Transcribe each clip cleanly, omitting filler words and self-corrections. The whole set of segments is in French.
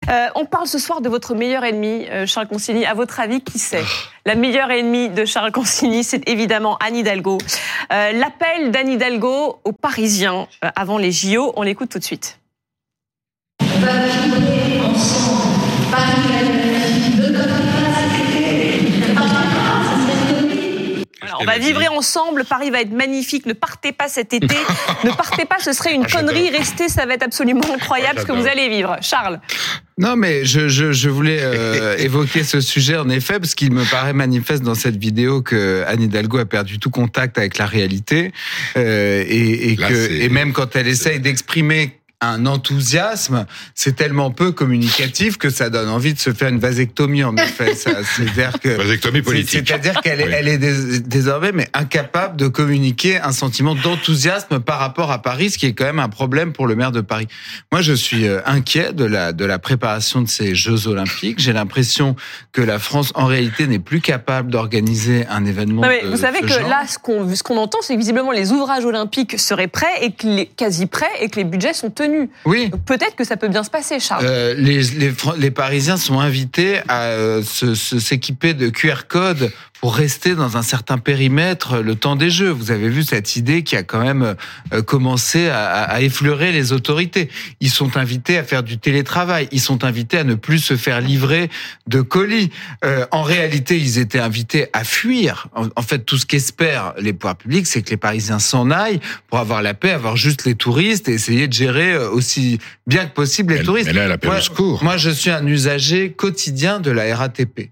On parle ce soir de votre meilleur ennemi, Charles Consigny. À votre avis, qui c'est ? La meilleure ennemie de Charles Consigny, c'est évidemment Anne Hidalgo. L'appel d'Anne Hidalgo aux Parisiens avant les JO, on l'écoute tout de suite. On va vivre ensemble. Paris va être de on va vivre ensemble, Paris va être magnifique, ne partez pas cet été, ne partez pas, ce serait une connerie, restez, ça va être absolument incroyable ce que vous allez vivre. Charles ? Non, mais je voulais évoquer ce sujet en effet, parce qu'il me paraît manifeste dans cette vidéo que Anne Hidalgo a perdu tout contact avec la réalité, et même quand elle essaye d'exprimer un enthousiasme, c'est tellement peu communicatif que ça donne envie de se faire une vasectomie en effet. C'est-à-dire que vasectomie politique. C'est-à-dire qu'elle est désormais mais incapable de communiquer un sentiment d'enthousiasme par rapport à Paris, ce qui est quand même un problème pour le maire de Paris. Moi, je suis inquiet de la préparation de ces Jeux Olympiques. J'ai l'impression que la France, en réalité, n'est plus capable d'organiser un événement. Non, mais vous savez que genre. Là, ce qu'on entend, c'est que visiblement les ouvrages olympiques seraient prêts et quasi prêts et que les budgets sont tenus. Oui. Donc peut-être que ça peut bien se passer, Charles. Les Parisiens sont invités à s'équiper de QR codes pour rester dans un certain périmètre le temps des Jeux. Vous avez vu cette idée qui a quand même commencé à effleurer les autorités. Ils sont invités à faire du télétravail. Ils sont invités à ne plus se faire livrer de colis. En réalité, ils étaient invités à fuir. En fait, tout ce qu'espèrent les pouvoirs publics, c'est que les Parisiens s'en aillent pour avoir la paix, avoir juste les touristes et essayer de gérer aussi bien que possible les touristes. Mais là, elle appelle au secours. Moi, je suis un usager quotidien de la RATP.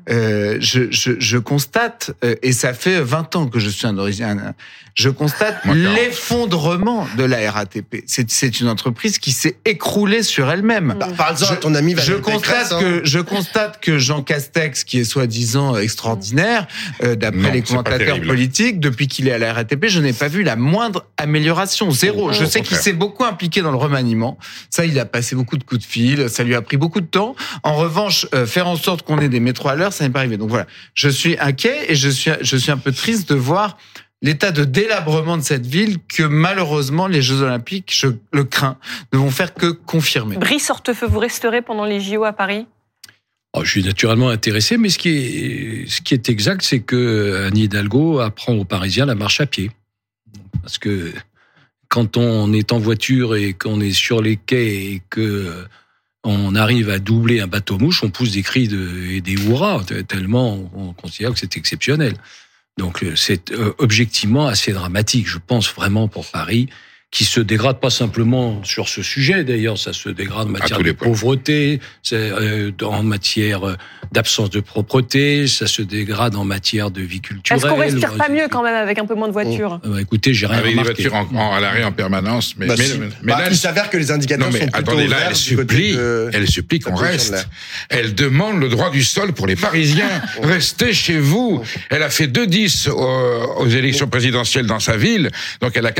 Je constate, et ça fait 20 ans que je suis je constate l'effondrement de la RATP. C'est une entreprise qui s'est écroulée sur elle-même. Parle-en à ton ami Valérie Pécresse. Je constate que Jean Castex, qui est soi-disant extraordinaire, d'après les commentateurs politiques, depuis qu'il est à la RATP, je n'ai pas vu la moindre amélioration. Zéro. Je sais qu'il s'est beaucoup impliqué dans le remaniement. Ça, il a passé beaucoup de coups de fil. Ça lui a pris beaucoup de temps. En revanche, faire en sorte qu'on ait des métros à l'heure, ça n'est pas arrivé. Donc voilà. Je suis inquiet et je suis un peu triste de voir l'état de délabrement de cette ville que malheureusement les Jeux Olympiques, je le crains, ne vont faire que confirmer. Brice Hortefeux, vous resterez pendant les JO à Paris ? Je suis naturellement intéressé, mais ce qui est exact, c'est que Anne Hidalgo apprend aux Parisiens la marche à pied. Parce que quand on est en voiture et qu'on est sur les quais et que on arrive à doubler un bateau-mouche, on pousse des cris et des hurrahs, tellement on considère que c'est exceptionnel. Donc c'est objectivement assez dramatique, je pense vraiment pour Paris, qui se dégrade pas simplement sur ce sujet, d'ailleurs, ça se dégrade en matière de pauvreté, en matière d'absence de propreté, ça se dégrade en matière de vie culturelle. Est-ce qu'on respire pas mieux quand même avec un peu moins de voitures ? Écoutez, j'ai rien remarqué. Avec des voitures à l'arrêt en permanence. Mais là, il s'avère que les indicateurs sont plutôt attendez, là, elle supplie qu'on reste. Elle demande le droit du sol pour les Parisiens. Restez chez vous. Elle a fait 2-10 aux élections présidentielles dans sa ville. Donc elle a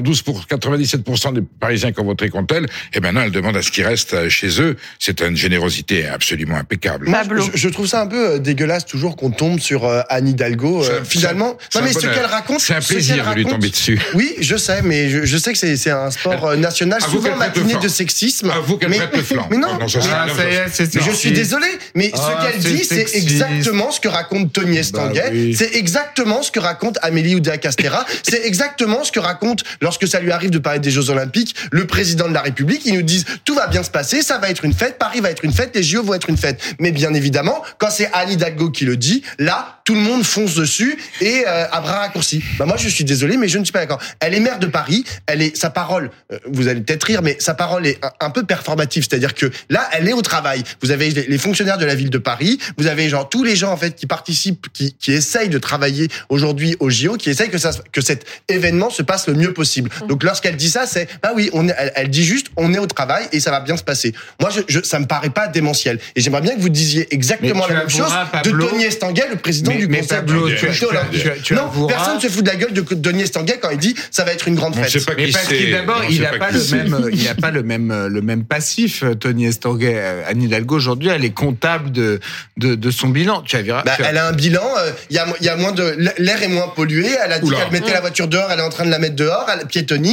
97% des Parisiens qui ont voté contre elle, et maintenant elle demande à ce qu'ils restent chez eux. C'est une générosité absolument impeccable. Je trouve ça un peu dégueulasse toujours qu'on tombe sur Anne Hidalgo. Finalement, ce qu'elle raconte, c'est un plaisir de lui tomber dessus. Oui, je sais, mais je sais que c'est un sport national souvent maquiné de sexisme. Avoue qu'elle prête le flanc. Mais non, je suis désolé, mais ce qu'elle dit, c'est exactement ce que raconte Tony Estanguet, c'est exactement ce que raconte Amélie Oudéa-Castéra, c'est exactement ce que raconte, lorsque ça lui arrive de parler des Jeux Olympiques, le président de la République, ils nous disent tout va bien se passer, ça va être une fête, Paris va être une fête, les JO vont être une fête. Mais bien évidemment, quand c'est Anne Hidalgo qui le dit, là, tout le monde fonce dessus et à bras raccourcis. Moi, je suis désolé, mais je ne suis pas d'accord. Elle est maire de Paris, sa parole, vous allez peut-être rire, mais sa parole est un peu performative, c'est-à-dire que là, elle est au travail. Vous avez les fonctionnaires de la ville de Paris, vous avez tous les gens en fait qui participent, qui essayent de travailler aujourd'hui au JO, qui essayent que cet événement se passe le mieux possible. Donc lorsqu'elle dit ça, c'est elle dit juste on est au travail et ça va bien se passer. Moi, ça me paraît pas démentiel. Et j'aimerais bien que vous disiez exactement la même chose de Tony Estanguet, le président du Conseil olympique. Non, personne ne se fout de la gueule de Tony Estanguet quand il dit ça va être une grande fête. Mais parce que d'abord, il n'a pas le même passif. Tony Estanguet, Anne Hidalgo aujourd'hui, elle est comptable de son bilan. Elle a un bilan. Il y a moins l'air est moins pollué. Elle a dit qu'elle mettait la voiture dehors. Elle est en train de la mettre dehors. Elle piétonise.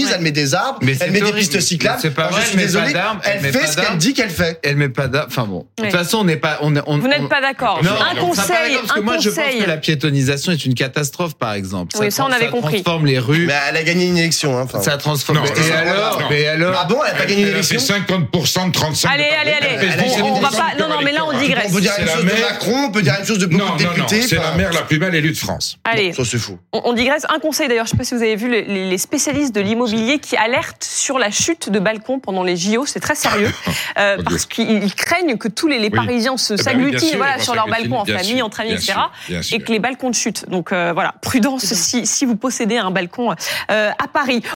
l'urbanise, elle met des arbres, elle met des pistes cyclables. C'est pas vrai, je suis désolé, elle fait ce qu'elle dit qu'elle fait. Elle met pas d'arbres. Enfin bon. De toute façon, on n'est pas. Vous n'êtes pas d'accord. Un conseil. Parce que moi, je pense que la piétonisation est une catastrophe, par exemple. Oui, ça on avait compris. Ça transforme les rues. Mais elle a gagné une élection. Hein, ça transforme. Et alors ah bon, elle a pas gagné une élection. C'est 50% de 35%. Allez. On va pas. Non, mais là on digresse. On peut dire une chose de Macron, on peut dire une chose de beaucoup de députés. C'est la maire la plus mal élue de France. Allez. Ça c'est fou. On digresse. Un conseil d'ailleurs, je ne sais pas si vous avez vu les spécialistes de l'immobilier qui alertent sur la chute de balcons pendant les JO. C'est très sérieux parce qu'ils craignent que tous les Parisiens s'agglutinent sur leur balcon en famille, entre amis, etc. Et que les balcons chutent. Donc voilà, prudence si vous possédez un balcon à Paris.